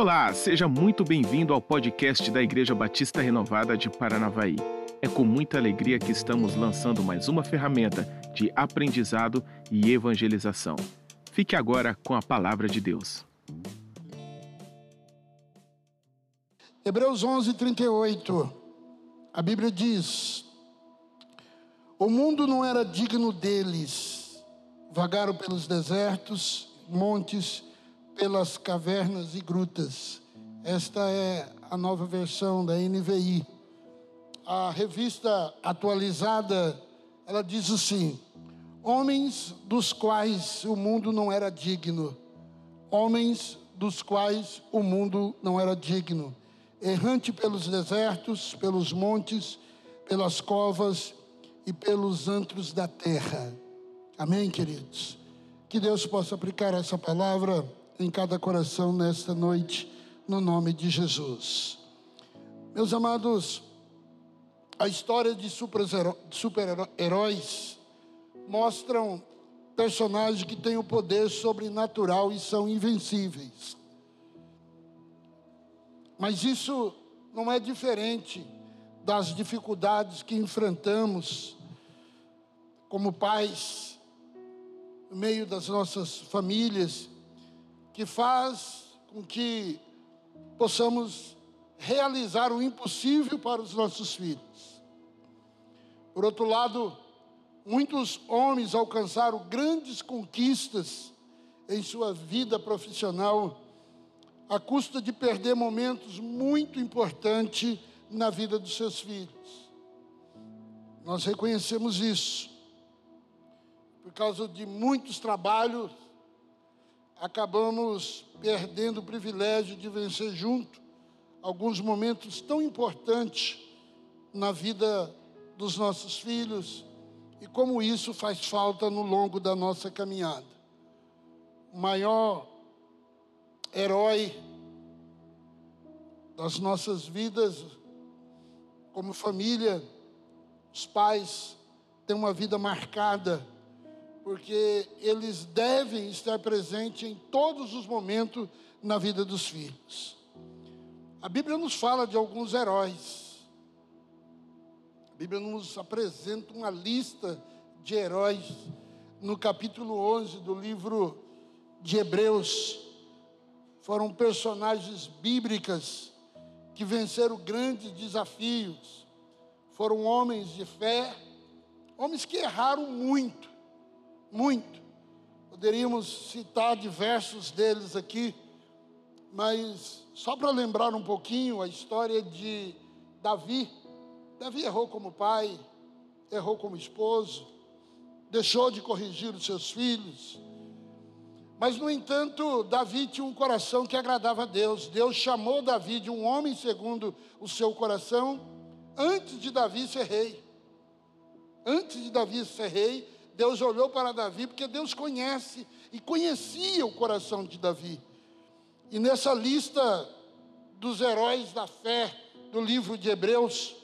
Olá, seja muito bem-vindo ao podcast da Igreja Batista Renovada de Paranavaí. É com muita alegria que estamos lançando mais uma ferramenta de aprendizado e evangelização. Fique agora com a palavra de Deus. Hebreus 11:38, a Bíblia diz: o mundo não era digno deles, vagaram pelos desertos, montes, pelas cavernas e grutas. Esta é a nova versão da NVI. A revista atualizada, ela diz assim: homens dos quais o mundo não era digno. Homens dos quais o mundo não era digno. Errante pelos desertos, pelos montes, pelas covas e pelos antros da terra. Amém, queridos? Que Deus possa aplicar essa palavra em cada coração nesta noite, no nome de Jesus. Meus amados, a história de super-heróis mostram personagens que têm o poder sobrenatural e são invencíveis. Mas isso não é diferente das dificuldades que enfrentamos como pais, no meio das nossas famílias, que faz com que possamos realizar o impossível para os nossos filhos. Por outro lado, muitos homens alcançaram grandes conquistas em sua vida profissional, à custa de perder momentos muito importantes na vida dos seus filhos. Nós reconhecemos isso. Por causa de muitos trabalhos, acabamos perdendo o privilégio de vencer junto alguns momentos tão importantes na vida dos nossos filhos, e como isso faz falta no longo da nossa caminhada. O maior herói das nossas vidas como família, os pais, têm uma vida marcada, porque eles devem estar presentes em todos os momentos na vida dos filhos. A Bíblia nos fala de alguns heróis. A Bíblia nos apresenta uma lista de heróis no capítulo 11 do livro de Hebreus. Foram personagens bíblicos que venceram grandes desafios. Foram homens de fé, homens que erraram muito. Poderíamos citar diversos deles aqui, mas só para lembrar um pouquinho a história de Davi. Davi errou como pai, errou como esposo, deixou de corrigir os seus filhos. Mas, no entanto, Davi tinha um coração que agradava a Deus. Deus chamou Davi de um homem segundo o seu coração, antes de Davi ser rei. Antes de Davi ser rei, Deus olhou para Davi, porque Deus conhece e conhecia o coração de Davi. E nessa lista dos heróis da fé do livro de Hebreus,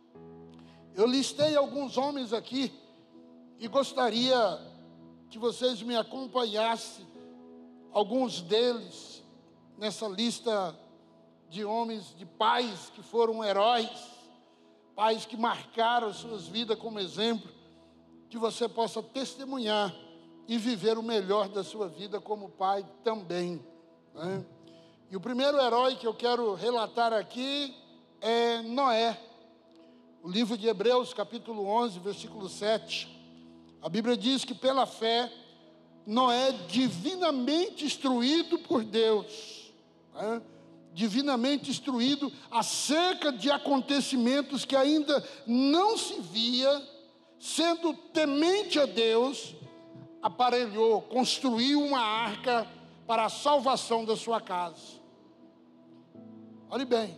eu listei alguns homens aqui e gostaria que vocês me acompanhassem, alguns deles, nessa lista de homens, de pais que foram heróis, pais que marcaram suas vidas como exemplo, que você possa testemunhar e viver o melhor da sua vida como pai também, né? E o primeiro herói que eu quero relatar aqui é Noé. O livro de Hebreus, capítulo 11, versículo 7. A Bíblia diz que pela fé, Noé, divinamente instruído por Deus, né? Divinamente instruído acerca de acontecimentos que ainda não se via, sendo temente a Deus, aparelhou, construiu uma arca para a salvação da sua casa. Olhe bem,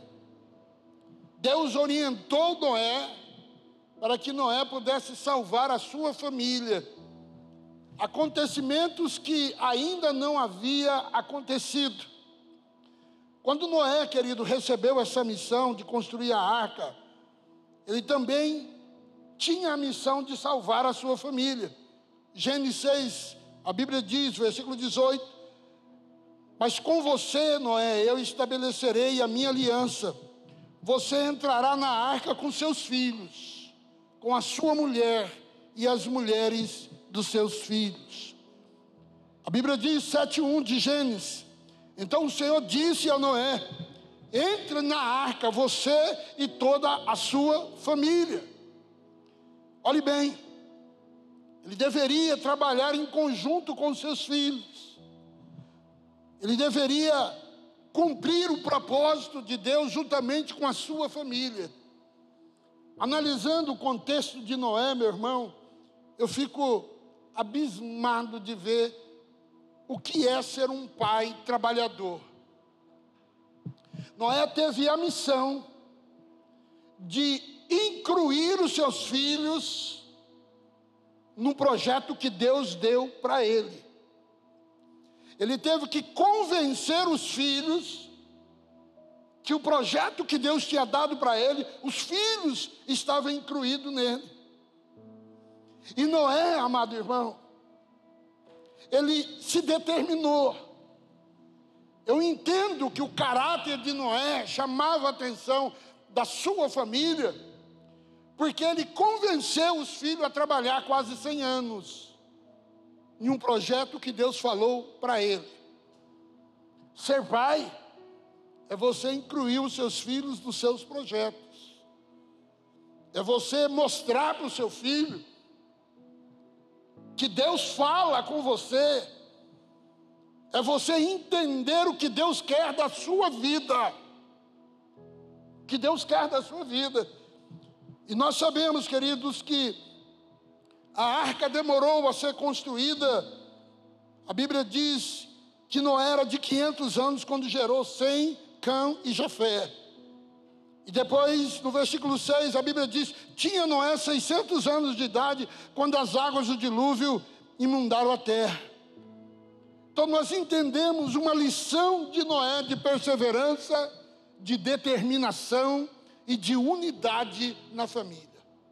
Deus orientou Noé para que Noé pudesse salvar a sua família. Acontecimentos que ainda não havia acontecido. Quando Noé, querido, recebeu essa missão de construir a arca, ele também tinha a missão de salvar a sua família. Gênesis 6, a Bíblia diz, versículo 18: Mas com você, Noé, eu estabelecerei a minha aliança. Você entrará na arca com seus filhos, com a sua mulher e as mulheres dos seus filhos. A Bíblia diz, 7:1 de Gênesis: então o Senhor disse a Noé: entre na arca, você e toda a sua família. Olhe bem, ele deveria trabalhar em conjunto com seus filhos. Ele deveria cumprir o propósito de Deus juntamente com a sua família. Analisando o contexto de Noé, meu irmão, eu fico abismado de ver o que é ser um pai trabalhador. Noé teve a missão de incluir os seus filhos no projeto que Deus deu para ele. Ele teve que convencer os filhos que o projeto que Deus tinha dado para ele, os filhos estavam incluídos nele. E Noé, amado irmão, ele se determinou. Eu entendo que o caráter de Noé chamava a atenção da sua família, porque ele convenceu os filhos a trabalhar quase 100 anos em um projeto que Deus falou para ele. Ser pai é você incluir os seus filhos nos seus projetos. É você mostrar para o seu filho que Deus fala com você. É você entender o que Deus quer da sua vida. O que Deus quer da sua vida. E nós sabemos, queridos, que a arca demorou a ser construída. A Bíblia diz que Noé era de 500 anos quando gerou Sem, Cã e Jafé. E depois, no versículo 6, a Bíblia diz: tinha Noé 600 anos de idade quando as águas do dilúvio inundaram a terra. Então nós entendemos uma lição de Noé de perseverança, de determinação e de unidade na família.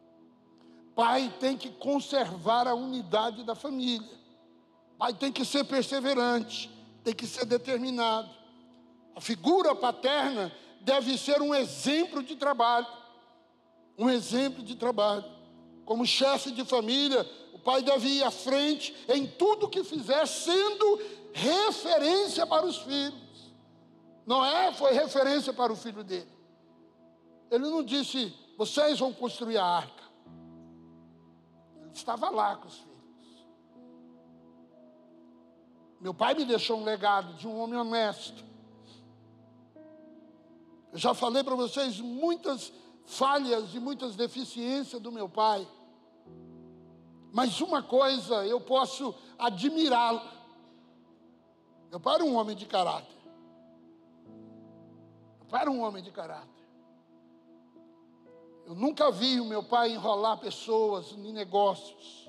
Pai tem que conservar a unidade da família. Pai tem que ser perseverante, tem que ser determinado. A figura paterna deve ser um exemplo de trabalho. Um exemplo de trabalho. Como chefe de família, o pai deve ir à frente em tudo que fizer, sendo referência para os filhos. Noé foi referência para o filho dele. Ele não disse: vocês vão construir a arca. Ele estava lá com os filhos. Meu pai me deixou um legado de um homem honesto. Eu já falei para vocês muitas falhas e muitas deficiências do meu pai. Mas uma coisa eu posso admirá-lo. Meu pai era um homem de caráter. Meu pai era um homem de caráter. Eu nunca vi o meu pai enrolar pessoas em negócios.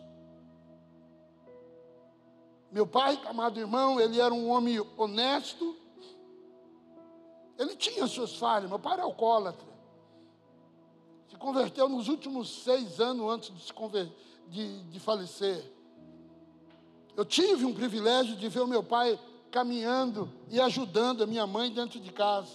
Meu pai, amado irmão, ele era um homem honesto. Ele tinha suas falhas. Meu pai era alcoólatra. Se converteu nos últimos 6 anos antes de falecer. Eu tive um privilégio de ver o meu pai caminhando e ajudando a minha mãe dentro de casa.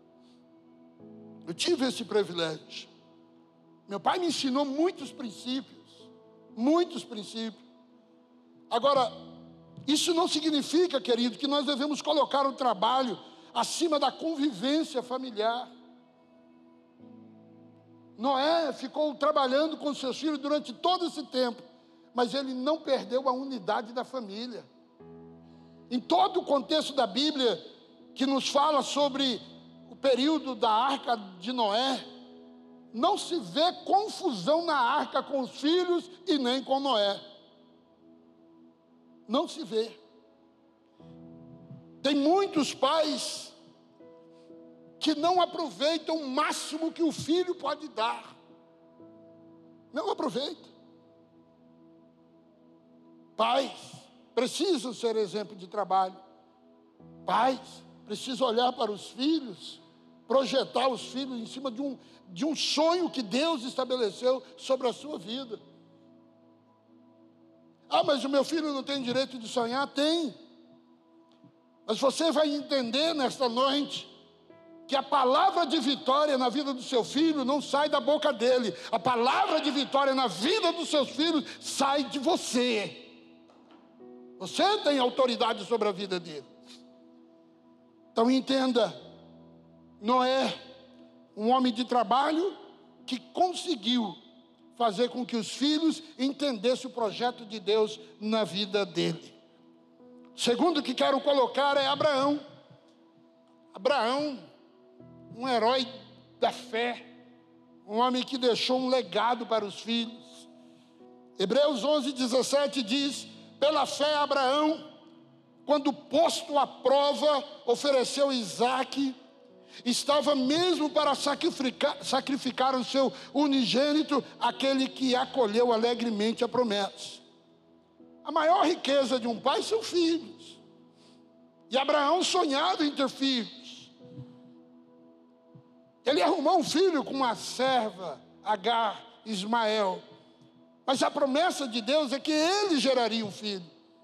Eu tive esse privilégio. Meu pai me ensinou muitos princípios. Muitos princípios. Agora, isso não significa, querido, que nós devemos colocar o trabalho acima da convivência familiar. Noé ficou trabalhando com seus filhos durante todo esse tempo, mas ele não perdeu a unidade da família. Em todo o contexto da Bíblia, que nos fala sobre o período da arca de Noé, não se vê confusão na arca com os filhos e nem com Noé. Não se vê. Tem muitos pais que não aproveitam o máximo que o filho pode dar. Não aproveita. Pais precisam ser exemplo de trabalho. Pais precisam olhar para os filhos, projetar os filhos em cima de um sonho que Deus estabeleceu sobre a sua vida. Ah, mas o meu filho não tem direito de sonhar? Tem. Mas você vai entender nesta noite que a palavra de vitória na vida do seu filho não sai da boca dele. A palavra de vitória na vida dos seus filhos sai de você. Você tem autoridade sobre a vida dele. Então entenda, Noé, um homem de trabalho que conseguiu fazer com que os filhos entendessem o projeto de Deus na vida dele. Segundo que quero colocar é Abraão. Abraão, um herói da fé, um homem que deixou um legado para os filhos. Hebreus 11:17 diz: pela fé Abraão, quando posto à prova, ofereceu Isaque, estava mesmo para sacrificar o seu unigênito, aquele que acolheu alegremente a promessa. A maior riqueza de um pai são filhos. E Abraão sonhava em ter filhos. Ele arrumou um filho com uma serva, Agar, Ismael. Mas a promessa de Deus é que ele geraria um filho,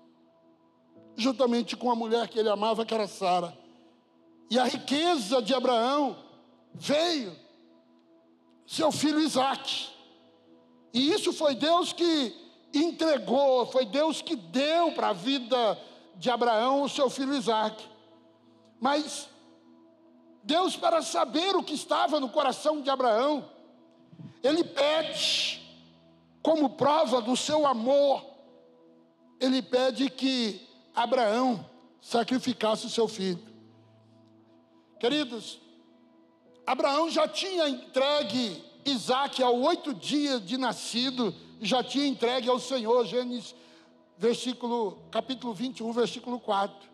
juntamente com a mulher que ele amava, que era Sara. E a riqueza de Abraão veio seu filho Isaque. E isso foi Deus que entregou, foi Deus que deu para a vida de Abraão o seu filho Isaque. Mas Deus, para saber o que estava no coração de Abraão, ele pede, como prova do seu amor, ele pede que Abraão sacrificasse o seu filho. Queridos, Abraão já tinha entregue Isaque aos 8 dias de nascido, já tinha entregue ao Senhor, Gênesis capítulo 21, versículo 4.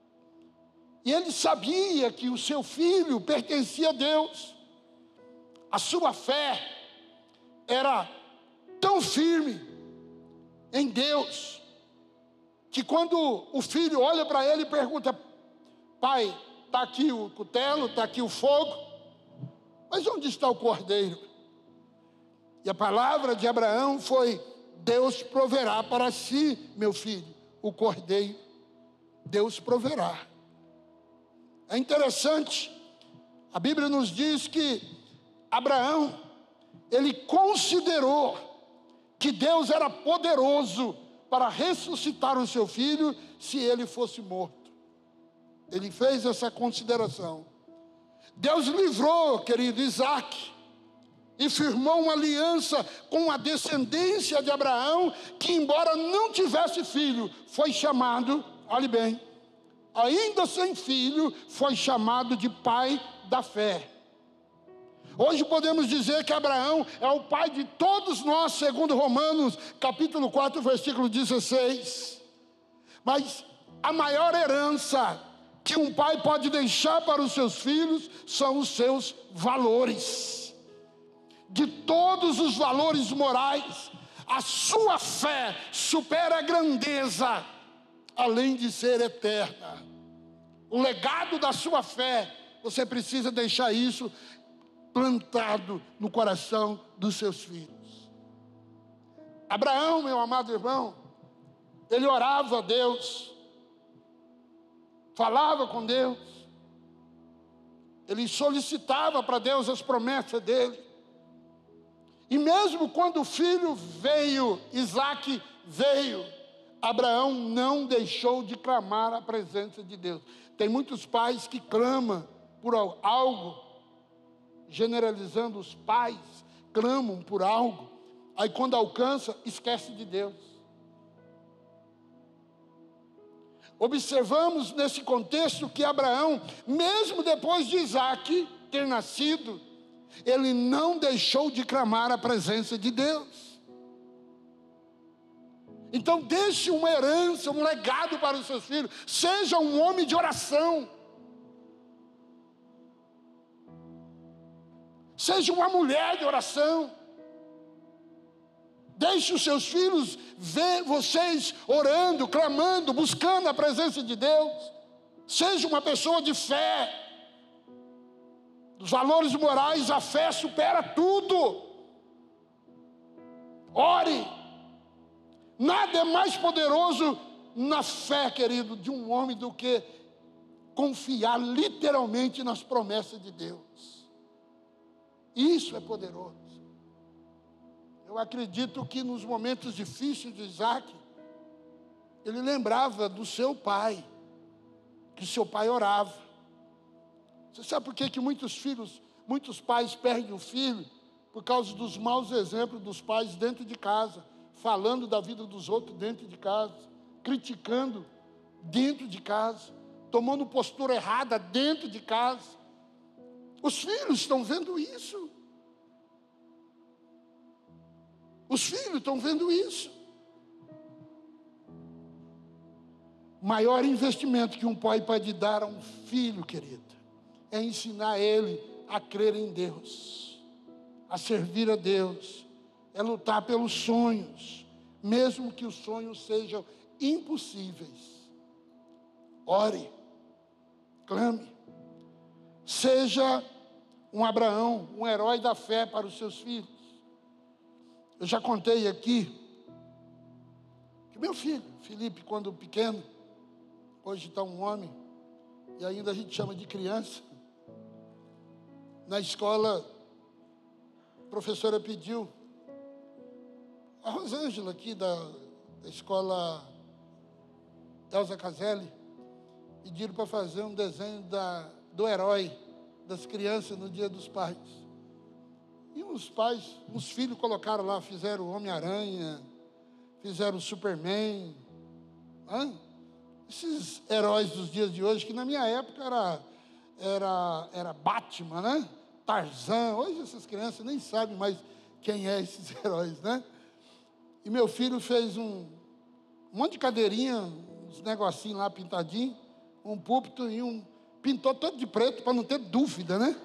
E ele sabia que o seu filho pertencia a Deus. A sua fé era tão firme em Deus, que quando o filho olha para ele e pergunta: pai, está aqui o cutelo, está aqui o fogo, mas onde está o cordeiro? E a palavra de Abraão foi: Deus proverá para si, meu filho, o cordeiro. Deus proverá. É interessante, a Bíblia nos diz que Abraão, ele considerou que Deus era poderoso para ressuscitar o seu filho se ele fosse morto. Ele fez essa consideração. Deus livrou, querido, Isaque, e firmou uma aliança com a descendência de Abraão, que embora não tivesse filho, foi chamado, olhe bem, ainda sem filho, foi chamado de pai da fé. Hoje podemos dizer que Abraão é o pai de todos nós, segundo Romanos, capítulo 4, versículo 16. Mas a maior herança que um pai pode deixar para os seus filhos são os seus valores. De todos os valores morais, a sua fé supera a grandeza, além de ser eterna. O legado da sua fé, você precisa deixar isso plantado no coração dos seus filhos. Abraão, meu amado irmão, ele orava a Deus, falava com Deus, ele solicitava para Deus as promessas dele. E mesmo quando o filho veio, Isaque veio, Abraão não deixou de clamar a presença de Deus. Tem muitos pais que clamam por algo, generalizando, os pais clamam por algo, aí quando alcança, esquece de Deus. Observamos nesse contexto que Abraão, mesmo depois de Isaque ter nascido, ele não deixou de clamar a presença de Deus. Então deixe uma herança, um legado para os seus filhos. Seja um homem de oração. Seja uma mulher de oração. Deixe os seus filhos ver vocês orando, clamando, buscando a presença de Deus. Seja uma pessoa de fé. Dos valores morais, a fé supera tudo. Ore. Nada é mais poderoso na fé, querido, de um homem do que confiar literalmente nas promessas de Deus. Isso é poderoso. Eu acredito que nos momentos difíceis de Isaac, ele lembrava do seu pai, que seu pai orava. Você sabe por que muitos pais perdem o filho? Por causa dos maus exemplos dos pais dentro de casa, falando da vida dos outros dentro de casa, criticando dentro de casa, tomando postura errada dentro de casa. Os filhos estão vendo isso. Os filhos estão vendo isso. Maior investimento que um pai pode dar a um filho, querido, é ensinar ele a crer em Deus, a servir a Deus, é lutar pelos sonhos, mesmo que os sonhos sejam impossíveis. Ore, clame, seja um Abraão, um herói da fé para os seus filhos. Eu já contei aqui que meu filho, Felipe, quando pequeno, hoje está um homem, e ainda a gente chama de criança. Na escola, a professora pediu, a Rosângela aqui da escola Elza Caselli, pediram para fazer um desenho do herói das crianças no Dia dos Pais. E os filhos colocaram lá, fizeram o Homem-Aranha, fizeram o Superman. Esses heróis dos dias de hoje, que na minha época era Batman, né? Tarzan. Hoje essas crianças nem sabem mais quem é esses heróis, né? E meu filho fez um monte de cadeirinha, uns negocinhos lá pintadinhos, um púlpito e pintou todo de preto para não ter dúvida, né?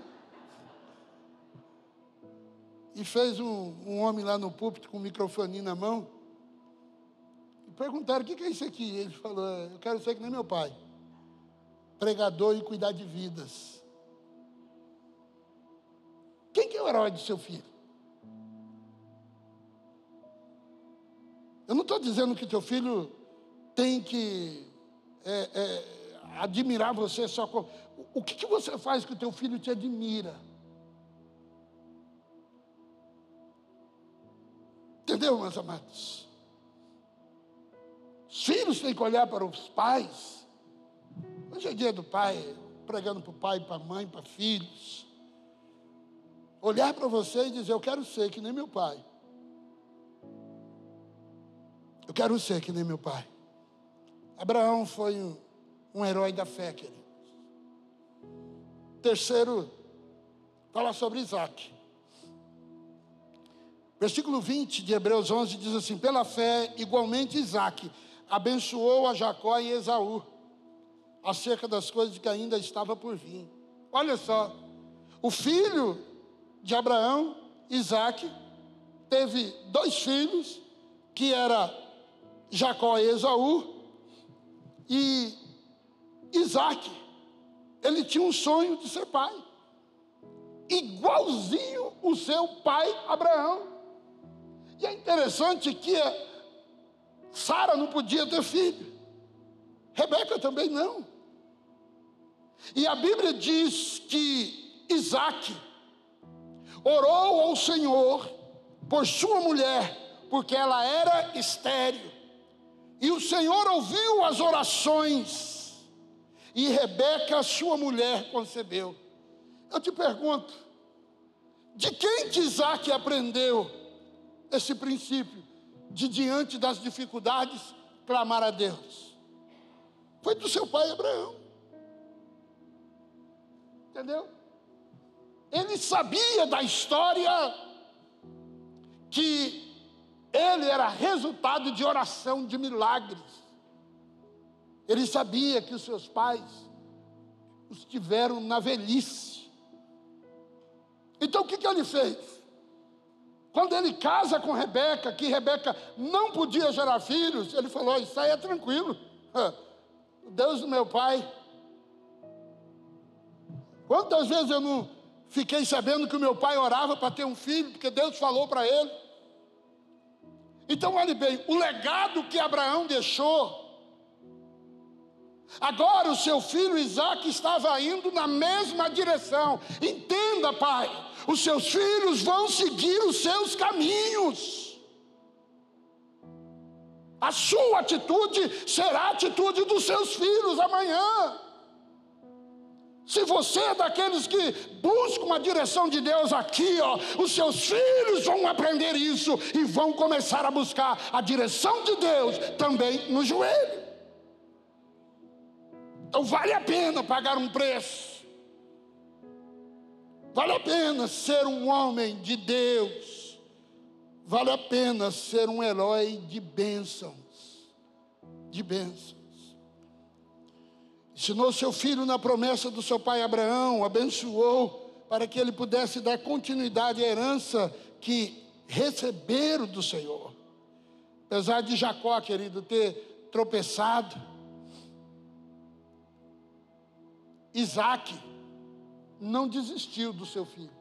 E fez um homem lá no púlpito com um microfone na mão. E perguntaram, o que é isso aqui? Ele falou, eu quero ser que nem meu pai, pregador e cuidar de vidas. Quem que é o herói do seu filho? Eu não estou dizendo que teu filho tem que admirar você só com... O que você faz que o teu filho te admira? Entendeu, meus amados? Os filhos têm que olhar para os pais. Hoje é dia do pai, pregando para o pai, para a mãe, para filhos. Olhar para você e dizer, eu quero ser que nem meu pai. Eu quero ser que nem meu pai. Abraão foi um herói da fé, queridos. Terceiro, fala sobre Isaac. Versículo 20 de Hebreus 11 diz assim, pela fé, igualmente Isaac abençoou a Jacó e Esaú, acerca das coisas que ainda estava por vir. Olha só, o filho de Abraão, Isaac, teve 2 filhos, que era Jacó e Esaú, e Isaac, ele tinha um sonho de ser pai, igualzinho o seu pai Abraão. E é interessante que Sara não podia ter filho, Rebeca também não. E a Bíblia diz que Isaac orou ao Senhor por sua mulher, porque ela era estéril. E o Senhor ouviu as orações, e Rebeca, sua mulher, concebeu. Eu te pergunto, de quem que Isaac aprendeu esse princípio de, diante das dificuldades, clamar a Deus? Foi do seu pai Abraão. Entendeu? Ele sabia da história que ele era resultado de oração, de milagres. Ele sabia que os seus pais os tiveram na velhice. Então o que ele fez? Quando ele casa com Rebeca, que Rebeca não podia gerar filhos, ele falou, isso aí é tranquilo. O Deus do meu pai. Quantas vezes eu não fiquei sabendo que o meu pai orava para ter um filho, porque Deus falou para ele. Então olhe bem, o legado que Abraão deixou Agora o seu filho Isaque estava indo na mesma direção. Entenda, pai, os seus filhos vão seguir os seus caminhos. A sua atitude será a atitude dos seus filhos amanhã. Se você é daqueles que buscam uma direção de Deus aqui, os seus filhos vão aprender isso e vão começar a buscar a direção de Deus também no joelho. Então vale a pena pagar um preço. Vale a pena ser um homem de Deus. Vale a pena ser um herói de bênçãos. De bênçãos. Ensinou seu filho na promessa do seu pai Abraão, abençoou para que ele pudesse dar continuidade à herança que receberam do Senhor. Apesar de Jacó, querido, ter tropeçado, Isaque não desistiu do seu filho.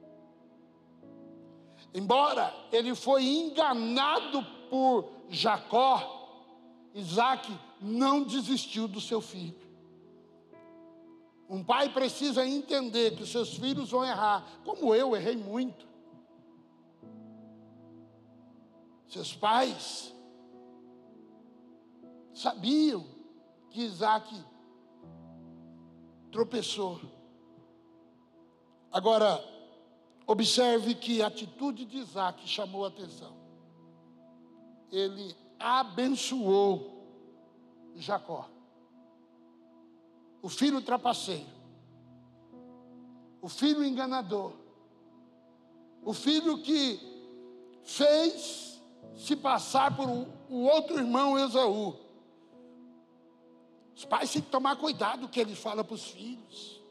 Embora ele foi enganado por Jacó, Isaque não desistiu do seu filho. Um pai precisa entender que os seus filhos vão errar, como eu errei muito. Seus pais sabiam que Isaque tropeçou. Agora, observe que a atitude de Isaque chamou a atenção. Ele abençoou Jacó, o filho trapaceiro, o filho enganador, o filho que fez se passar por o outro irmão Esaú. Os pais têm que tomar cuidado com o que eles falam para os filhos.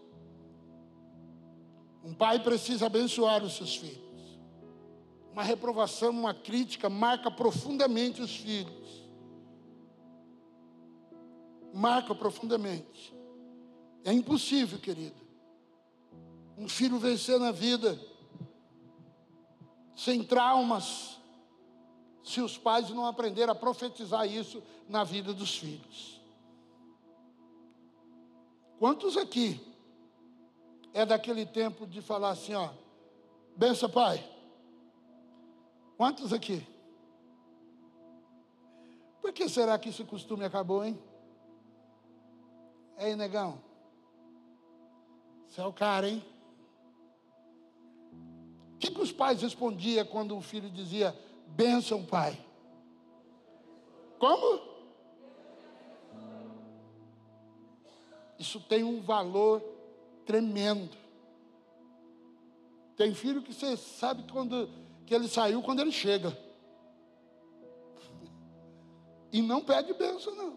Um pai precisa abençoar os seus filhos. Uma reprovação, uma crítica marca profundamente os filhos. Marca profundamente. É impossível, querido, um filho vencer na vida sem traumas, se os pais não aprenderem a profetizar isso na vida dos filhos. Quantos aqui é daquele tempo de falar assim, benção, pai? Quantos aqui? Por que será que esse costume acabou, hein? Ei, negão, você é o cara, hein? O que os pais respondiam quando o filho dizia, bênção, pai? Como? Isso tem um valor tremendo. Tem filho que você sabe que ele saiu quando ele chega. E não pede bênção, não.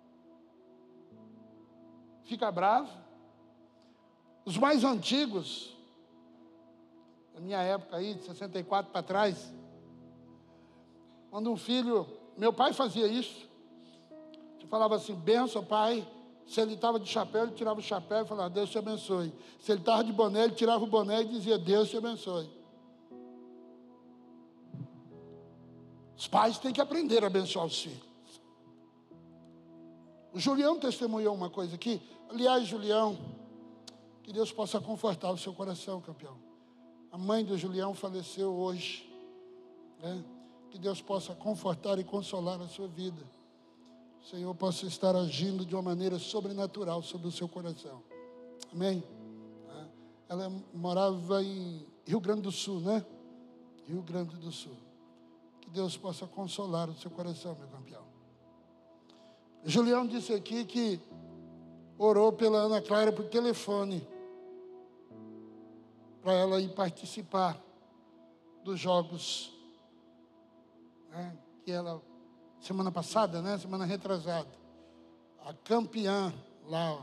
Fica bravo. Os mais antigos, na minha época aí, de 64 para trás, quando um filho, meu pai fazia isso, você falava assim, benção, pai. Se ele estava de chapéu, ele tirava o chapéu e falava, Deus te abençoe. Se ele estava de boné, ele tirava o boné e dizia, Deus te abençoe. Os pais têm que aprender a abençoar os filhos. O Julião testemunhou uma coisa aqui. Aliás, Julião, que Deus possa confortar o seu coração, campeão. A mãe do Julião faleceu hoje, né? Que Deus possa confortar e consolar a sua vida. O Senhor possa estar agindo de uma maneira sobrenatural sobre o seu coração. Amém? Ela morava em Rio Grande do Sul, né? Rio Grande do Sul. Que Deus possa consolar o seu coração, meu campeão. Julião disse aqui que orou pela Ana Clara por telefone, para ela ir participar dos jogos, né? Que ela, semana passada, né? Semana retrasada, a campeã lá,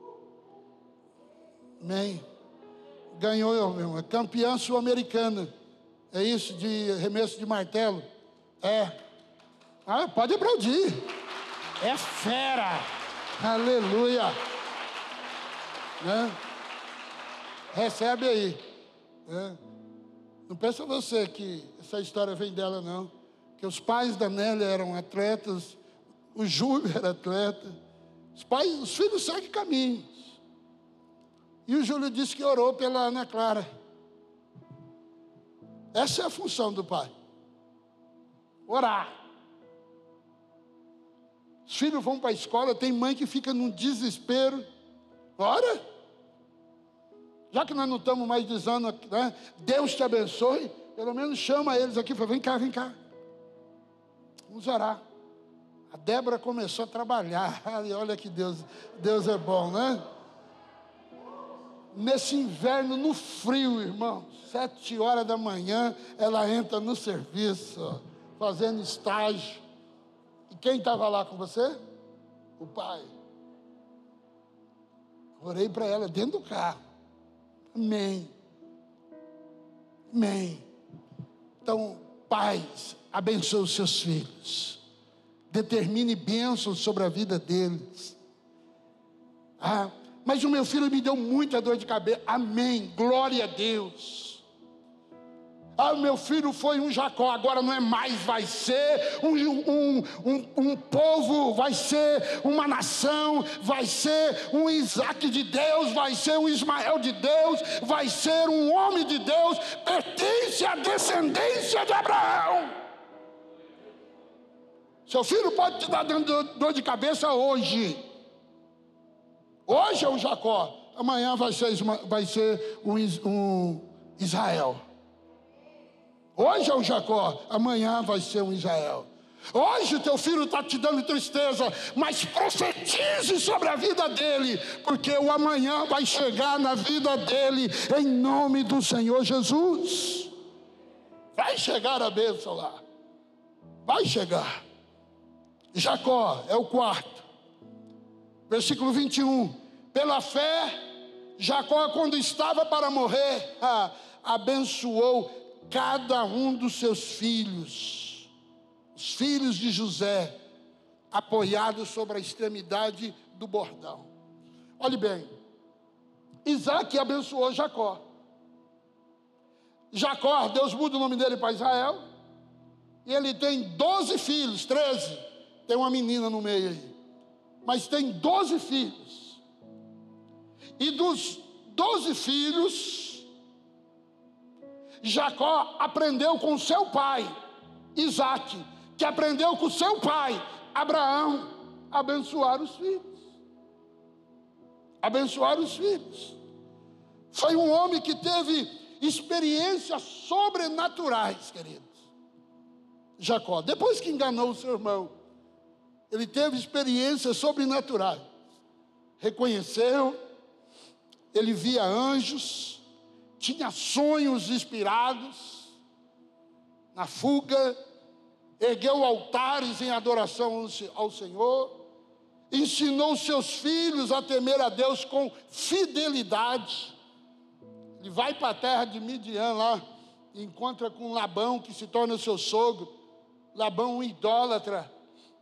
amém? Ganhou, meu irmão, campeã sul-americana, é isso, de arremesso de martelo, pode aplaudir, é fera, aleluia, né? Recebe aí, né? Não pensa você que essa história vem dela, não, que os pais da Nélia eram atletas, o Júlio era atleta, Os filhos seguem caminhos. E o Júlio disse que orou pela Ana Clara. Essa é a função do pai. Orar. Os filhos vão para a escola, tem mãe que fica num desespero. Ora. Já que nós não estamos mais dizendo, né, Deus te abençoe, pelo menos chama eles aqui e fala, vem cá, vem cá. Vamos orar. A Débora começou a trabalhar. E olha que Deus é bom, né? Nesse inverno, no frio, irmão, 7 horas da manhã, ela entra no serviço, fazendo estágio. E quem estava lá com você? O pai. Orei para ela dentro do carro. Amém. Amém. Então, pais, abençoe os seus filhos. Determine bênçãos sobre a vida deles. Mas o meu filho me deu muita dor de cabeça. Amém, glória a Deus. O meu filho foi um Jacó, agora não é mais, vai ser um povo, vai ser uma nação, vai ser um Isaac de Deus, vai ser um Ismael de Deus, vai ser um homem de Deus, pertence à descendência de Abraão. Seu filho pode te dar dor de cabeça hoje. Hoje é o Jacó. Amanhã vai ser um Israel. Hoje é o Jacó. Amanhã vai ser um Israel. Hoje o teu filho está te dando tristeza, mas profetize sobre a vida dele, porque o amanhã vai chegar na vida dele, em nome do Senhor Jesus. Vai chegar a bênção lá. Vai chegar. Jacó é o quarto. Versículo 21. Pela fé, Jacó, quando estava para morrer, abençoou cada um dos seus filhos, os filhos de José, apoiados sobre a extremidade do bordão. Olhe bem, Isaac abençoou Jacó. Jacó, Deus muda o nome dele para Israel, e ele tem 12 filhos, 13. Tem uma menina no meio aí. Mas tem 12 filhos. E dos 12 filhos, Jacó aprendeu com seu pai, Isaac, que aprendeu com seu pai, Abraão, a abençoar os filhos. Abençoar os filhos. Foi um homem que teve experiências sobrenaturais, queridos. Jacó, depois que enganou o seu irmão, ele teve experiências sobrenaturais. Reconheceu, ele via anjos, tinha sonhos inspirados, na fuga, ergueu altares em adoração ao Senhor, ensinou seus filhos a temer a Deus com fidelidade. Ele vai para a terra de Midian lá, e encontra com Labão, que se torna seu sogro. Labão, um idólatra,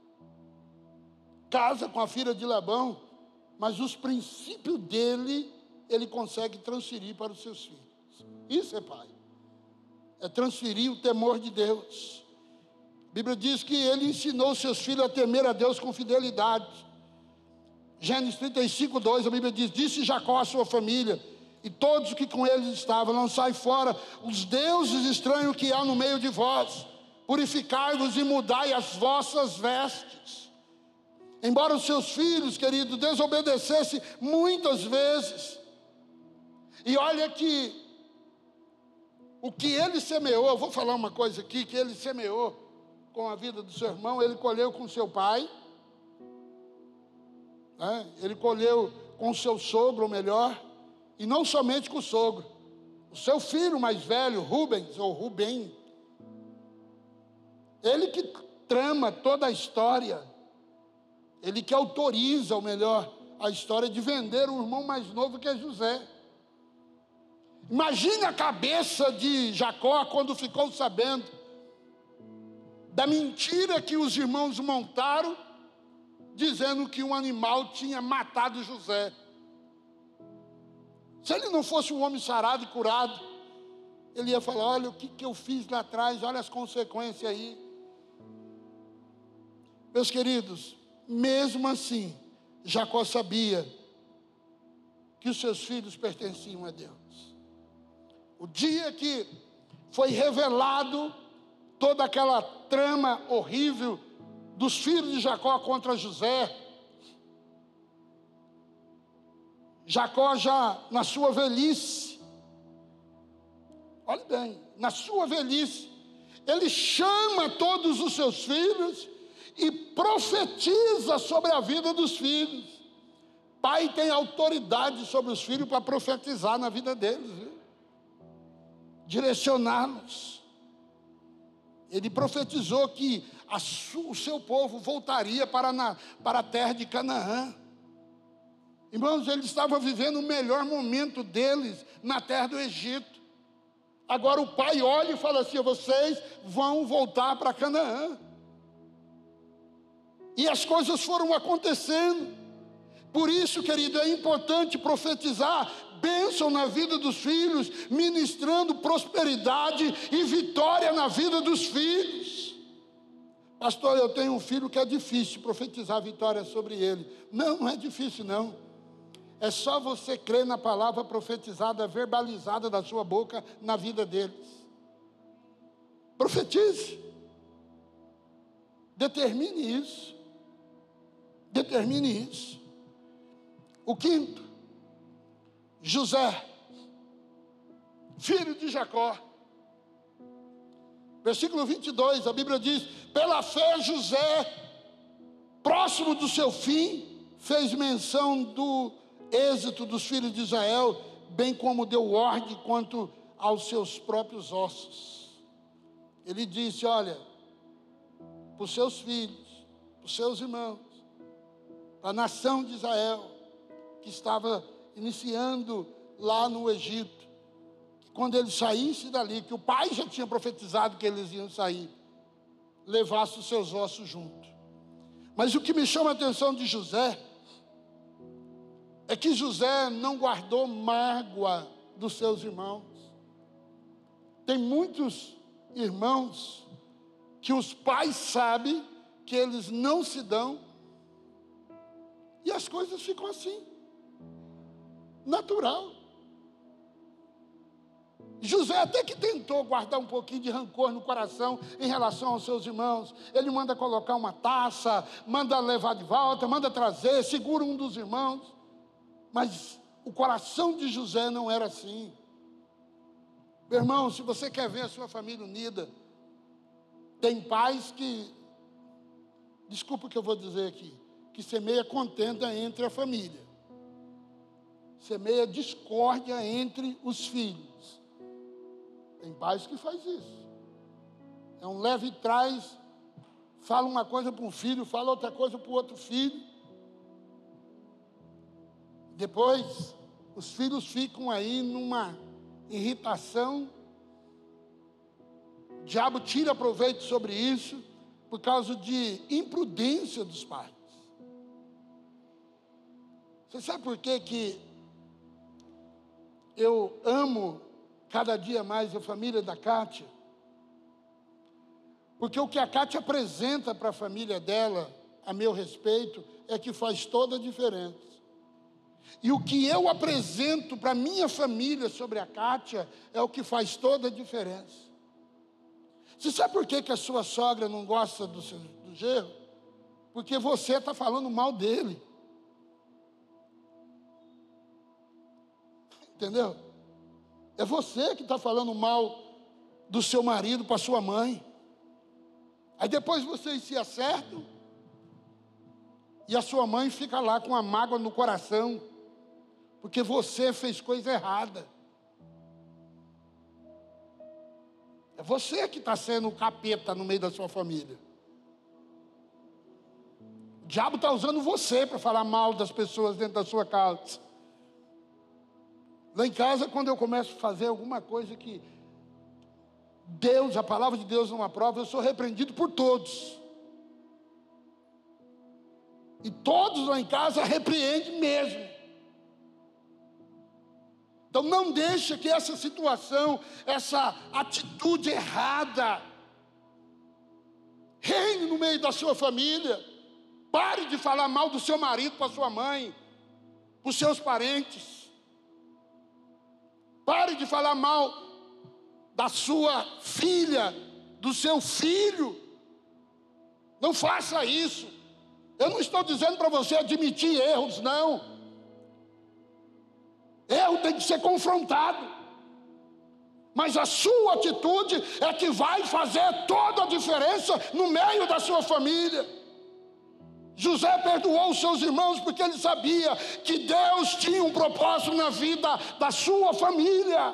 casa com a filha de Labão, mas os princípios dele, ele consegue transferir para os seus filhos. Isso é pai. É transferir o temor de Deus. A Bíblia diz que ele ensinou seus filhos a temer a Deus com fidelidade. Gênesis 35, 2, a Bíblia diz, disse Jacó à sua família, e todos que com eles estavam, lançai fora os deuses estranhos que há no meio de vós, purificai-vos e mudai as vossas vestes. Embora os seus filhos, querido, desobedecessem muitas vezes. E olha que o que ele semeou, eu vou falar uma coisa aqui, que ele semeou com a vida do seu irmão, ele colheu com seu pai, né? Ele colheu com seu sogro, ou melhor, e não somente com o sogro, o seu filho mais velho, Rubens, ou Rubem, ele que trama toda a história, ele que autoriza, ou melhor, a história de vender o irmão mais novo, que é José. Imagine a cabeça de Jacó quando ficou sabendo da mentira que os irmãos montaram, dizendo que um animal tinha matado José. Se ele não fosse um homem sarado e curado, ele ia falar, olha o que eu fiz lá atrás, olha as consequências aí. Meus queridos, mesmo assim, Jacó sabia que os seus filhos pertenciam a Deus. O dia que foi revelado toda aquela trama horrível dos filhos de Jacó contra José, Jacó já na sua velhice, olhe bem, na sua velhice, ele chama todos os seus filhos e profetiza sobre a vida dos filhos. Pai tem autoridade sobre os filhos para profetizar na vida deles, viu? Direcioná-los. Ele profetizou que o seu povo voltaria para a terra de Canaã. Irmãos, eles estavam vivendo o melhor momento deles na terra do Egito. Agora o pai olha e fala assim: vocês vão voltar para Canaã. E as coisas foram acontecendo. Por isso, querido, é importante profetizar bênção na vida dos filhos, ministrando prosperidade e vitória na vida dos filhos. Pastor, eu tenho um filho que é difícil profetizar vitória sobre ele. Não, não é difícil não. É só você crer na palavra profetizada, verbalizada da sua boca na vida deles. Profetize. Determine isso. Determine isso. O quinto, José, filho de Jacó. Versículo 22, a Bíblia diz: pela fé José, próximo do seu fim, fez menção do êxito dos filhos de Israel, bem como deu ordem quanto aos seus próprios ossos. Ele disse: olha, para os seus filhos, para os seus irmãos, para a nação de Israel, que estava iniciando lá no Egito, que quando eles saíssem dali, que o pai já tinha profetizado que eles iam sair, levasse os seus ossos junto. Mas o que me chama a atenção de José é que José não guardou mágoa dos seus irmãos. Tem muitos irmãos que os pais sabem que eles não se dão e as coisas ficam assim, natural. José até que tentou guardar um pouquinho de rancor no coração em relação aos seus irmãos. Ele manda colocar uma taça, manda levar de volta, manda trazer, segura um dos irmãos. Mas o coração de José não era assim. Meu irmão, se você quer ver a sua família unida, tem pais que, desculpa o que eu vou dizer aqui, que semeia contenda entre a família, semeia discórdia entre os filhos. Tem pais que faz isso. É um leve e traz, fala uma coisa para um filho, fala outra coisa para o outro filho. Depois, os filhos ficam aí numa irritação. O diabo tira proveito sobre isso por causa de imprudência dos pais. Você sabe por que eu amo cada dia mais a família da Kátia? Porque o que a Kátia apresenta para a família dela, a meu respeito, é que faz toda a diferença. E o que eu apresento para a minha família sobre a Kátia é o que faz toda a diferença. Você sabe por que a sua sogra não gosta do genro? Porque você está falando mal dele. Entendeu? É você que está falando mal do seu marido para sua mãe. Aí depois vocês se acertam e a sua mãe fica lá com a mágoa no coração, porque você fez coisa errada. É você que está sendo o capeta no meio da sua família. O diabo está usando você para falar mal das pessoas dentro da sua casa. Lá em casa, quando eu começo a fazer alguma coisa que Deus, a palavra de Deus não aprova, eu sou repreendido por todos. E todos lá em casa repreendem mesmo. Então não deixe que essa situação, essa atitude errada, reine no meio da sua família. Pare de falar mal do seu marido para sua mãe, para os seus parentes. Pare de falar mal da sua filha, do seu filho. Não faça isso. Eu não estou dizendo para você admitir erros, não. Erro tem que ser confrontado. Mas a sua atitude é que vai fazer toda a diferença no meio da sua família. José perdoou os seus irmãos porque ele sabia que Deus tinha um propósito na vida da sua família.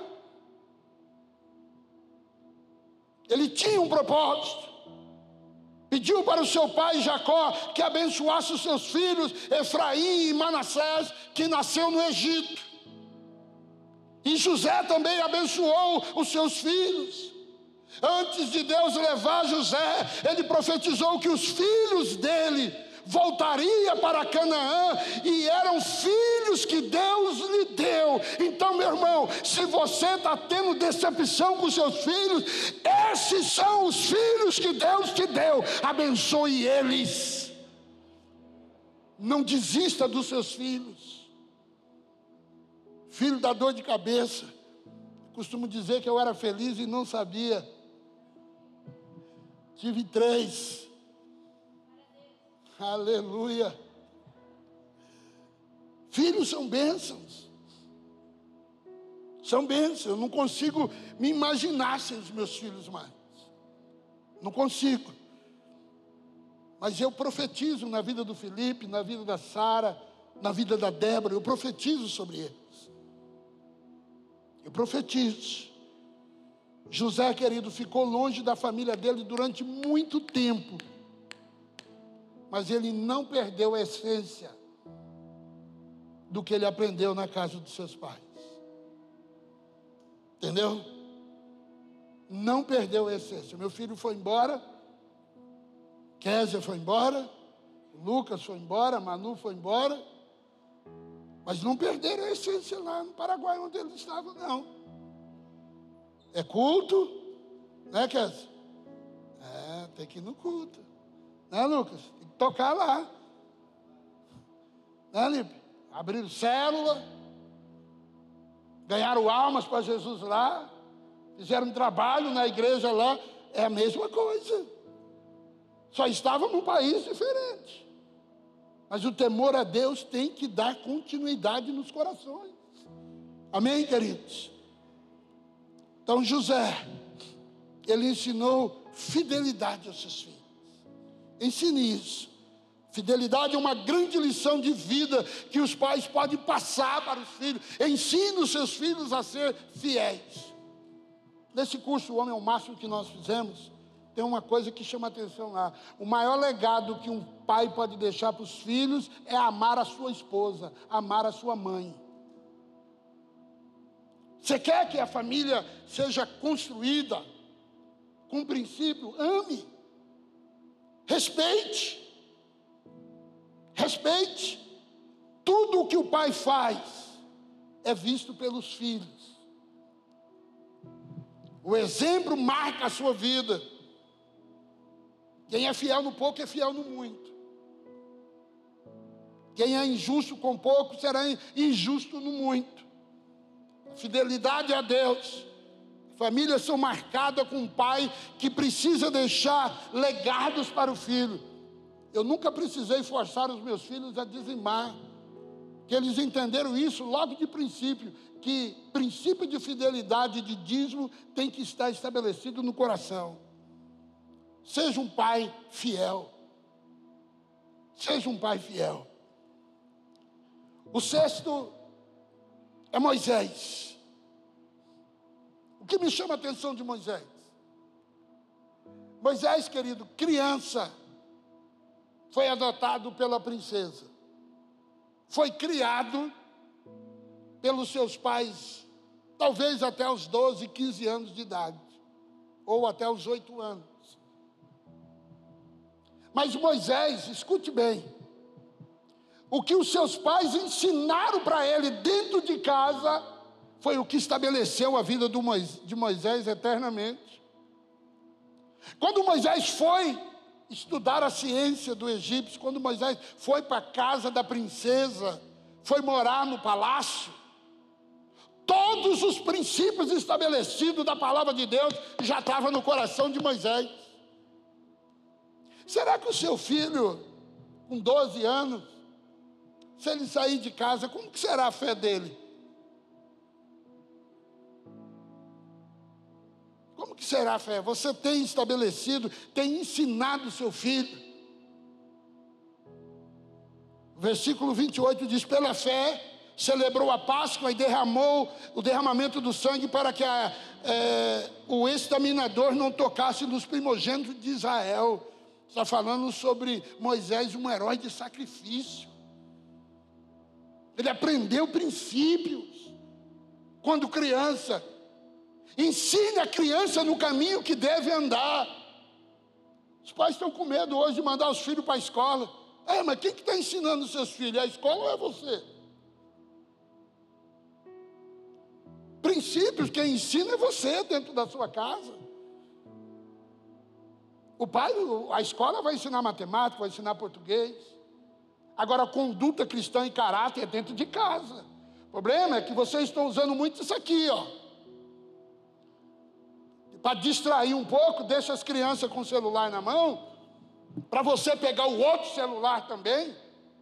Ele tinha um propósito. Pediu para o seu pai Jacó que abençoasse os seus filhos, Efraim e Manassés, que nasceu no Egito. E José também abençoou os seus filhos. Antes de Deus levar José, ele profetizou que os filhos dele voltariam para Canaã, e eram filhos que Deus lhe deu. Então, meu irmão, se você está tendo decepção com seus filhos, esses são os filhos que Deus te deu. Abençoe eles. Não desista dos seus filhos. Filho dá dor de cabeça. Costumo dizer que eu era feliz e não sabia. Tive 3. Aleluia. Filhos são bênçãos. São bênçãos. Eu não consigo me imaginar sem os meus filhos mais. Não consigo. Mas eu profetizo na vida do Felipe, na vida da Sara, na vida da Débora. Eu profetizo sobre eles. Eu profetizo. José, querido, ficou longe da família dele durante muito tempo. Mas ele não perdeu a essência do que ele aprendeu na casa dos seus pais. Entendeu? Não perdeu a essência. Meu filho foi embora, Kézia foi embora, Lucas foi embora, Manu foi embora, mas não perderam a essência lá no Paraguai, onde eles estavam, não. É culto, né, Kézia? Tem que ir no culto. Né, Lucas? Tem que tocar lá. Né, Lipe? Abriram célula, ganharam almas para Jesus lá, fizeram um trabalho na igreja lá. É a mesma coisa. Só estavam num país diferente. Mas o temor a Deus tem que dar continuidade nos corações. Amém, queridos? Então José, ele ensinou fidelidade aos seus filhos. Ensine isso. Fidelidade é uma grande lição de vida que os pais podem passar para os filhos. Ensine os seus filhos a ser fiéis. Nesse curso, O Homem ao Máximo, que nós fizemos, tem uma coisa que chama atenção lá. O maior legado que um pai pode deixar para os filhos é amar a sua esposa, amar a sua mãe. Você quer que a família seja construída com princípio? Ame. Respeite. Respeite. Tudo o que o pai faz é visto pelos filhos. O exemplo marca a sua vida. Quem é fiel no pouco é fiel no muito. Quem é injusto com pouco será injusto no muito. A fidelidade a Deus. Famílias são marcadas com um pai que precisa deixar legados para o filho. Eu nunca precisei forçar os meus filhos a dizimar, que eles entenderam isso logo de princípio, que princípio de fidelidade e de dízimo tem que estar estabelecido no coração. Seja um pai fiel. Seja um pai fiel. O 6º é Moisés. O que me chama a atenção de Moisés? Moisés, querido, criança, foi adotado pela princesa. Foi criado pelos seus pais, talvez até os 12, 15 anos de idade. Ou até os 8 anos. Mas Moisés, escute bem, o que os seus pais ensinaram para ele dentro de casa foi o que estabeleceu a vida de Moisés eternamente. Quando Moisés foi estudar a ciência do egípcio. Quando Moisés foi para a casa da princesa, foi morar no palácio, todos os princípios estabelecidos da palavra de Deus já estavam no coração de Moisés. Será que o seu filho, com 12 anos, se ele sair de casa, como que será a fé dele? Como que será a fé? Você tem estabelecido, tem ensinado o seu filho. O versículo 28 diz: pela fé celebrou a Páscoa e derramou o derramamento do sangue para que o exterminador não tocasse nos primogênitos de Israel. Está falando sobre Moisés, um herói de sacrifício. Ele aprendeu princípios quando criança. Ensine a criança no caminho que deve andar. Os pais estão com medo hoje de mandar os filhos para a escola. Mas quem que está ensinando os seus filhos? É a escola ou é você? Princípios, quem ensina é você dentro da sua casa. O pai, a escola vai ensinar matemática, vai ensinar português. Agora, conduta cristã e caráter é dentro de casa. O problema é que vocês estão usando muito isso aqui, ó. Para distrair um pouco, deixa as crianças com o celular na mão, para você pegar o outro celular também.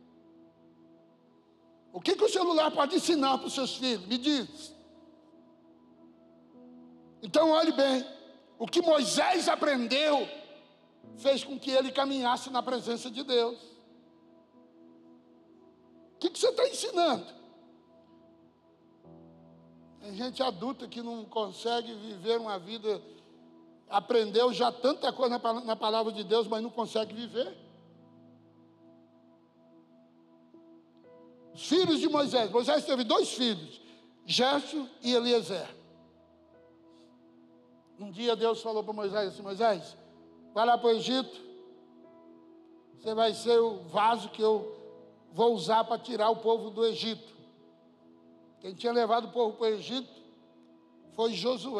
O que o celular pode ensinar para os seus filhos? Me diz. Então, olhe bem, o que Moisés aprendeu fez com que ele caminhasse na presença de Deus. O que você está ensinando? Tem gente adulta que não consegue viver uma vida, aprendeu já tanta coisa na palavra de Deus, mas não consegue viver. Os filhos de Moisés. Moisés teve 2 filhos, Gerson e Eliezer. Um dia Deus falou para Moisés assim: Moisés, vai lá para o Egito, você vai ser o vaso que eu vou usar para tirar o povo do Egito. Quem tinha levado o povo para o Egito foi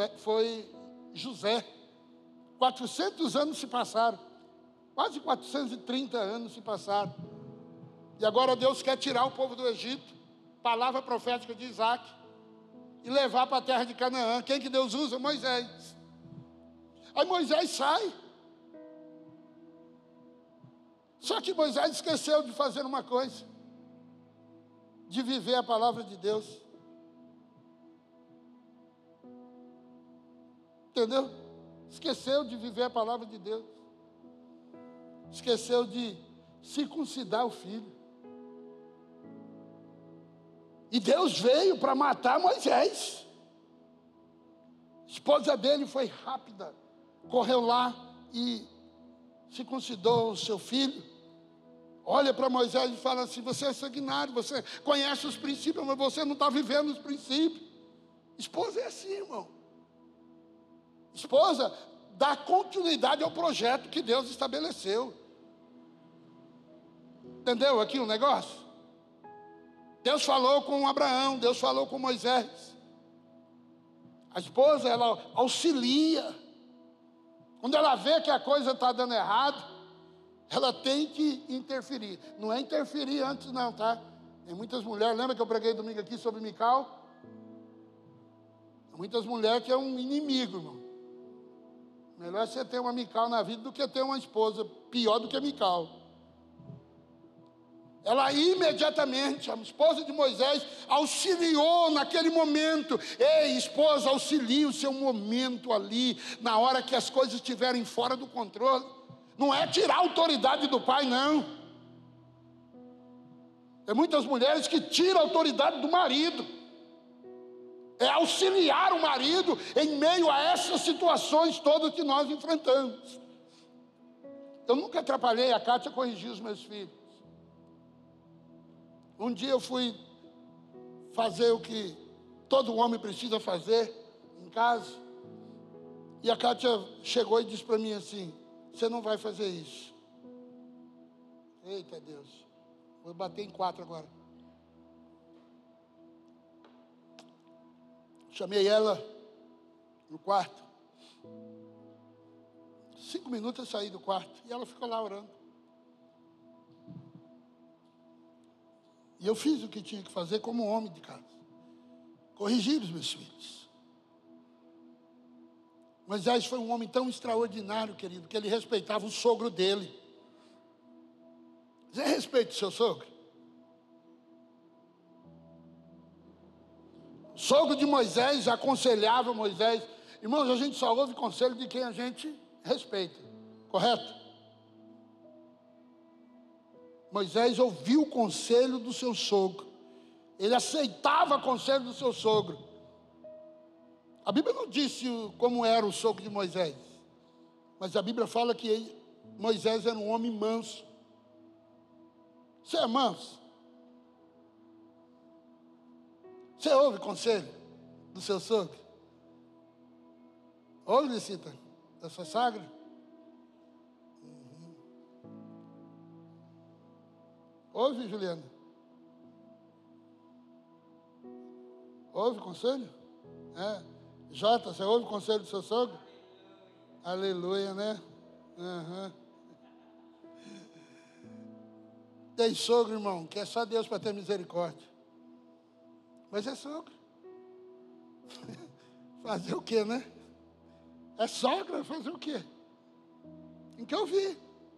José. 400 anos se passaram, quase 430 anos se passaram. E agora Deus quer tirar o povo do Egito, palavra profética de Isaac, e levar para a terra de Canaã. Quem que Deus usa? Moisés. Aí Moisés sai. Só que Moisés esqueceu de fazer uma coisa, de viver a palavra de Deus. Entendeu? Esqueceu de viver a palavra de Deus. Esqueceu de circuncidar o filho. E Deus veio para matar Moisés. A esposa dele foi rápida, correu lá e circuncidou o seu filho. Olha para Moisés e fala assim: você é sanguinário, você conhece os princípios, mas você não está vivendo os princípios. Esposa é assim, irmão. Esposa dá continuidade ao projeto que Deus estabeleceu. Entendeu aqui o negócio? Deus falou com Abraão, Deus falou com Moisés. A esposa, ela auxilia. Quando ela vê que a coisa está dando errado, ela tem que interferir. Não é interferir antes não, tá? Tem muitas mulheres, lembra que eu preguei domingo aqui sobre Mical? Tem muitas mulheres que é um inimigo, irmão. Melhor você ter uma Mical na vida do que ter uma esposa pior do que a Mical. Ela imediatamente, a esposa de Moisés, auxiliou naquele momento. Ei, esposa, auxilie o seu momento ali, na hora que as coisas estiverem fora do controle. Não é tirar a autoridade do pai, não. Tem muitas mulheres que tiram a autoridade do marido. É auxiliar o marido em meio a essas situações todas que nós enfrentamos. Eu nunca atrapalhei a Kátia a corrigir os meus filhos. Um dia eu fui fazer o que todo homem precisa fazer em casa. E a Kátia chegou e disse para mim assim: você não vai fazer isso. Eita Deus, vou bater em 4 agora. Chamei ela no quarto. 5 minutos eu saí do quarto e ela ficou lá orando. E eu fiz o que tinha que fazer como homem de casa. Corrigir os meus filhos. Moisés foi um homem tão extraordinário, querido, que ele respeitava o sogro dele. Você respeita o seu sogro? O sogro de Moisés aconselhava Moisés. Irmãos, a gente só ouve conselho de quem a gente respeita. Correto? Moisés ouviu o conselho do seu sogro. Ele aceitava o conselho do seu sogro. A Bíblia não disse como era o sogro de Moisés. Mas a Bíblia fala que Moisés era um homem manso. Você é manso? Você ouve o conselho do seu sogro? Ouve, Licita? Da sua sogra? Ouve, Juliana? Ouve o conselho? Jota, você ouve o conselho do seu sogro? Aleluia, né? Tem sogro, irmão, que é só Deus para ter misericórdia. Mas é sogro. Fazer o quê, né? É sogra, fazer o quê? Tem que ouvir.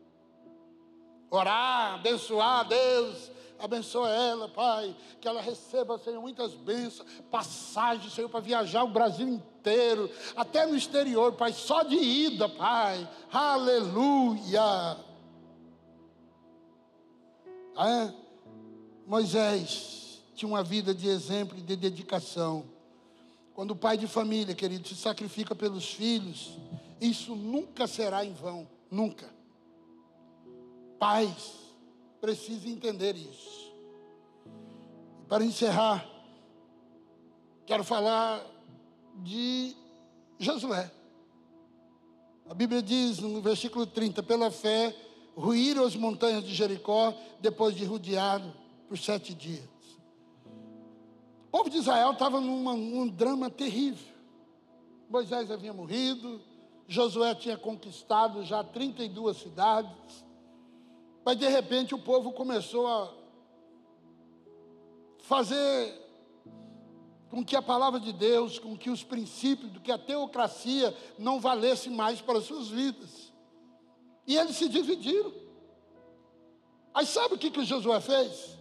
Orar, abençoar Deus. Abençoa ela, Pai. Que ela receba, Senhor, muitas bênçãos. Passagens, Senhor, para viajar o Brasil inteiro. Até no exterior, Pai. Só de ida, Pai. Aleluia. Moisés tinha uma vida de exemplo e de dedicação. Quando o pai de família, querido, se sacrifica pelos filhos, isso nunca será em vão, nunca. Pais precisam entender isso. E para encerrar, quero falar de Josué. A Bíblia diz no versículo 30, pela fé, ruíram as montanhas de Jericó, depois de rodeado por 7 dias. O povo de Israel estava num drama terrível. Moisés havia morrido, Josué tinha conquistado já 32 cidades, mas de repente o povo começou a fazer com que a palavra de Deus, com que os princípios, do que a teocracia não valesse mais para as suas vidas. E eles se dividiram. Aí sabe o que Josué fez?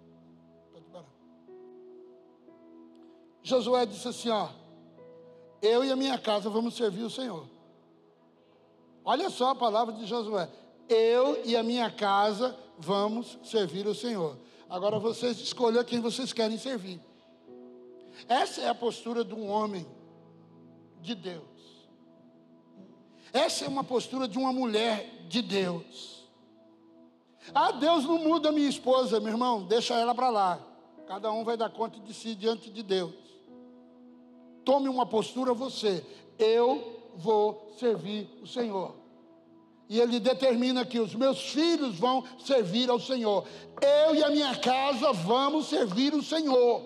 Josué disse assim, eu e a minha casa vamos servir o Senhor. Olha só a palavra de Josué. Eu e a minha casa vamos servir o Senhor. Agora vocês escolham quem vocês querem servir. Essa é a postura de um homem de Deus. Essa é uma postura de uma mulher de Deus. Deus não muda a minha esposa, meu irmão, deixa ela para lá. Cada um vai dar conta de si diante de Deus. Tome uma postura você. Eu vou servir o Senhor. E ele determina que os meus filhos vão servir ao Senhor. Eu e a minha casa vamos servir o Senhor.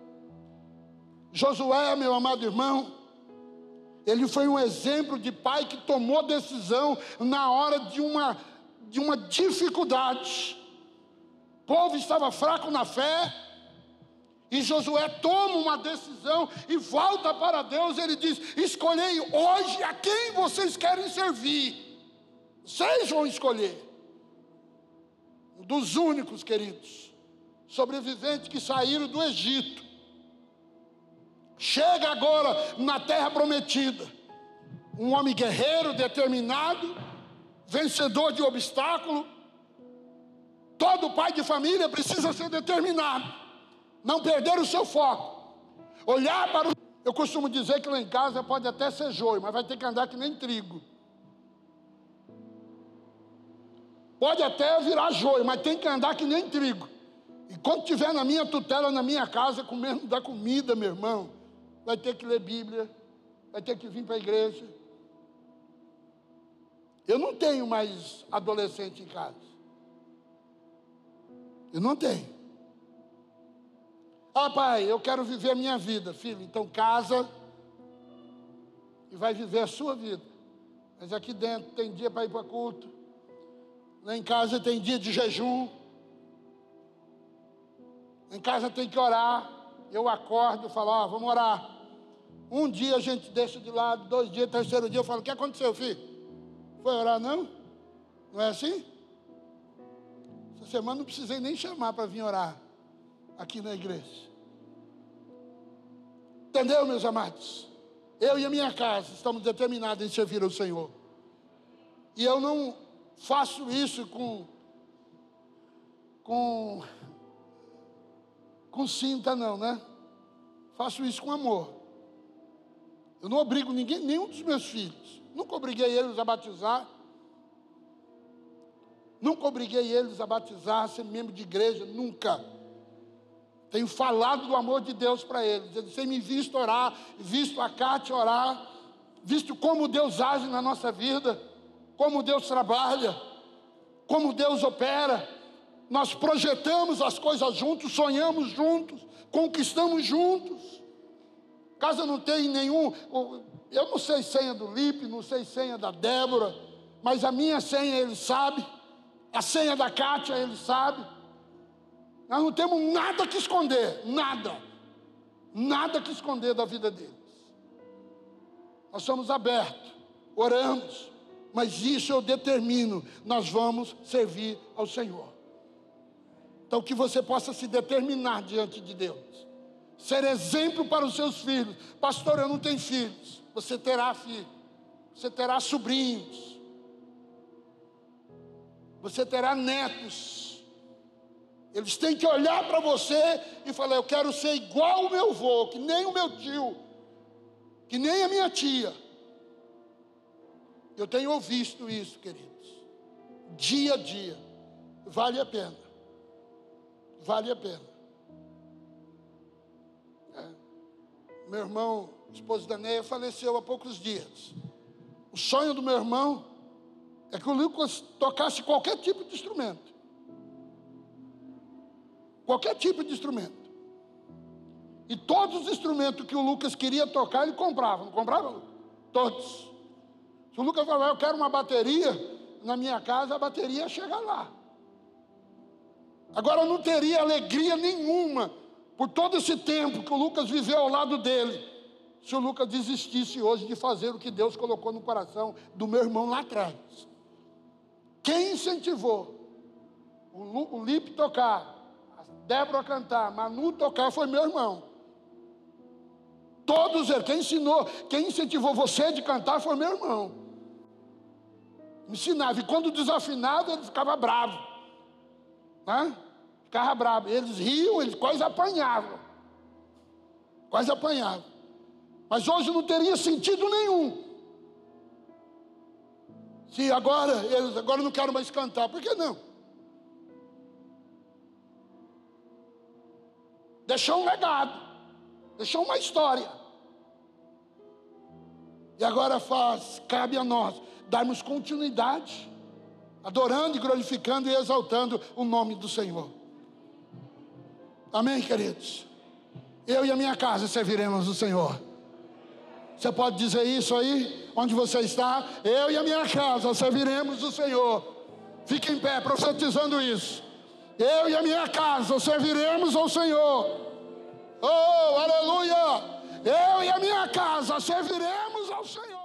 Josué, meu amado irmão, ele foi um exemplo de pai que tomou decisão na hora de uma dificuldade. O povo estava fraco na fé. E Josué toma uma decisão e volta para Deus. Ele diz, escolhei hoje a quem vocês querem servir. Vocês vão escolher. Um dos únicos, queridos, sobreviventes que saíram do Egito. Chega agora na terra prometida. Um homem guerreiro, determinado, vencedor de obstáculo. Todo pai de família precisa ser determinado. Não perder o seu foco. Olhar para o... Eu costumo dizer que lá em casa pode até ser joio, mas vai ter que andar que nem trigo. Pode até virar joio, mas tem que andar que nem trigo. E quando estiver na minha tutela, na minha casa, comendo da comida, meu irmão, vai ter que ler Bíblia, vai ter que vir para a igreja. Eu não tenho mais adolescente em casa. Eu não tenho. Pai, eu quero viver a minha vida, filho. Então casa e vai viver a sua vida. Mas aqui dentro tem dia para ir para culto. Lá em casa tem dia de jejum. Lá em casa tem que orar. Eu acordo e falo, vamos orar. Um dia a gente deixa de lado, 2 dias, 3º dia eu falo, o que aconteceu, filho? Foi orar não? Não é assim? Essa semana não precisei nem chamar para vir orar aqui na igreja. Entendeu, meus amados? Eu e a minha casa estamos determinados em servir ao Senhor. E eu não faço isso com cinta não, né? Faço isso com amor. Eu não obrigo ninguém, nenhum dos meus filhos. Nunca obriguei eles a batizar. Nunca obriguei eles a batizar, a ser membro de igreja, nunca. Tenho falado do amor de Deus para eles. Eles têm me visto orar, visto a Cátia orar, visto como Deus age na nossa vida, como Deus trabalha, como Deus opera. Nós projetamos as coisas juntos, sonhamos juntos, conquistamos juntos. Casa não tem nenhum... Eu não sei senha do Lipe, não sei senha da Débora, mas a minha senha ele sabe, a senha da Cátia ele sabe. Nós não temos nada que esconder, nada que esconder da vida deles. Nós somos abertos, oramos, mas isso eu determino, nós vamos servir ao Senhor. Então que você possa se determinar diante de Deus, ser exemplo para os seus filhos. Pastor, eu não tenho filhos. Você terá filhos, você terá sobrinhos, você terá netos. Eles têm que olhar para você e falar, eu quero ser igual o meu avô, que nem o meu tio, que nem a minha tia. Eu tenho visto isso, queridos, dia a dia. Vale a pena. Vale a pena. Meu irmão, esposo da Neia, faleceu há poucos dias. O sonho do meu irmão é que o Lucas tocasse qualquer tipo de instrumento. Qualquer tipo de instrumento. E todos os instrumentos que o Lucas queria tocar, ele comprava. Não comprava, Lucas? Todos. Se o Lucas falar, eu quero uma bateria, na minha casa a bateria ia chegar lá. Agora não teria alegria nenhuma por todo esse tempo que o Lucas viveu ao lado dele, se o Lucas desistisse hoje de fazer o que Deus colocou no coração do meu irmão lá atrás. Quem incentivou o Lipe tocar, Débora cantar, Manu tocar, foi meu irmão. Todos eles, quem ensinou, quem incentivou você de cantar foi meu irmão. Me ensinava, e quando desafinava, ele ficava bravo. Né? Ficava bravo. Eles riam, eles quase apanhavam. Quase apanhavam. Mas hoje não teria sentido nenhum. Se agora não quero mais cantar, por que não? Deixou um legado, deixou uma história. E agora cabe a nós darmos continuidade, adorando e glorificando e exaltando o nome do Senhor. Amém, queridos? Eu e a minha casa serviremos o Senhor. Você pode dizer isso aí, onde você está? Eu e a minha casa serviremos o Senhor. Fique em pé, profetizando isso. Eu e a minha casa serviremos ao Senhor. Oh, aleluia! Eu e a minha casa serviremos ao Senhor.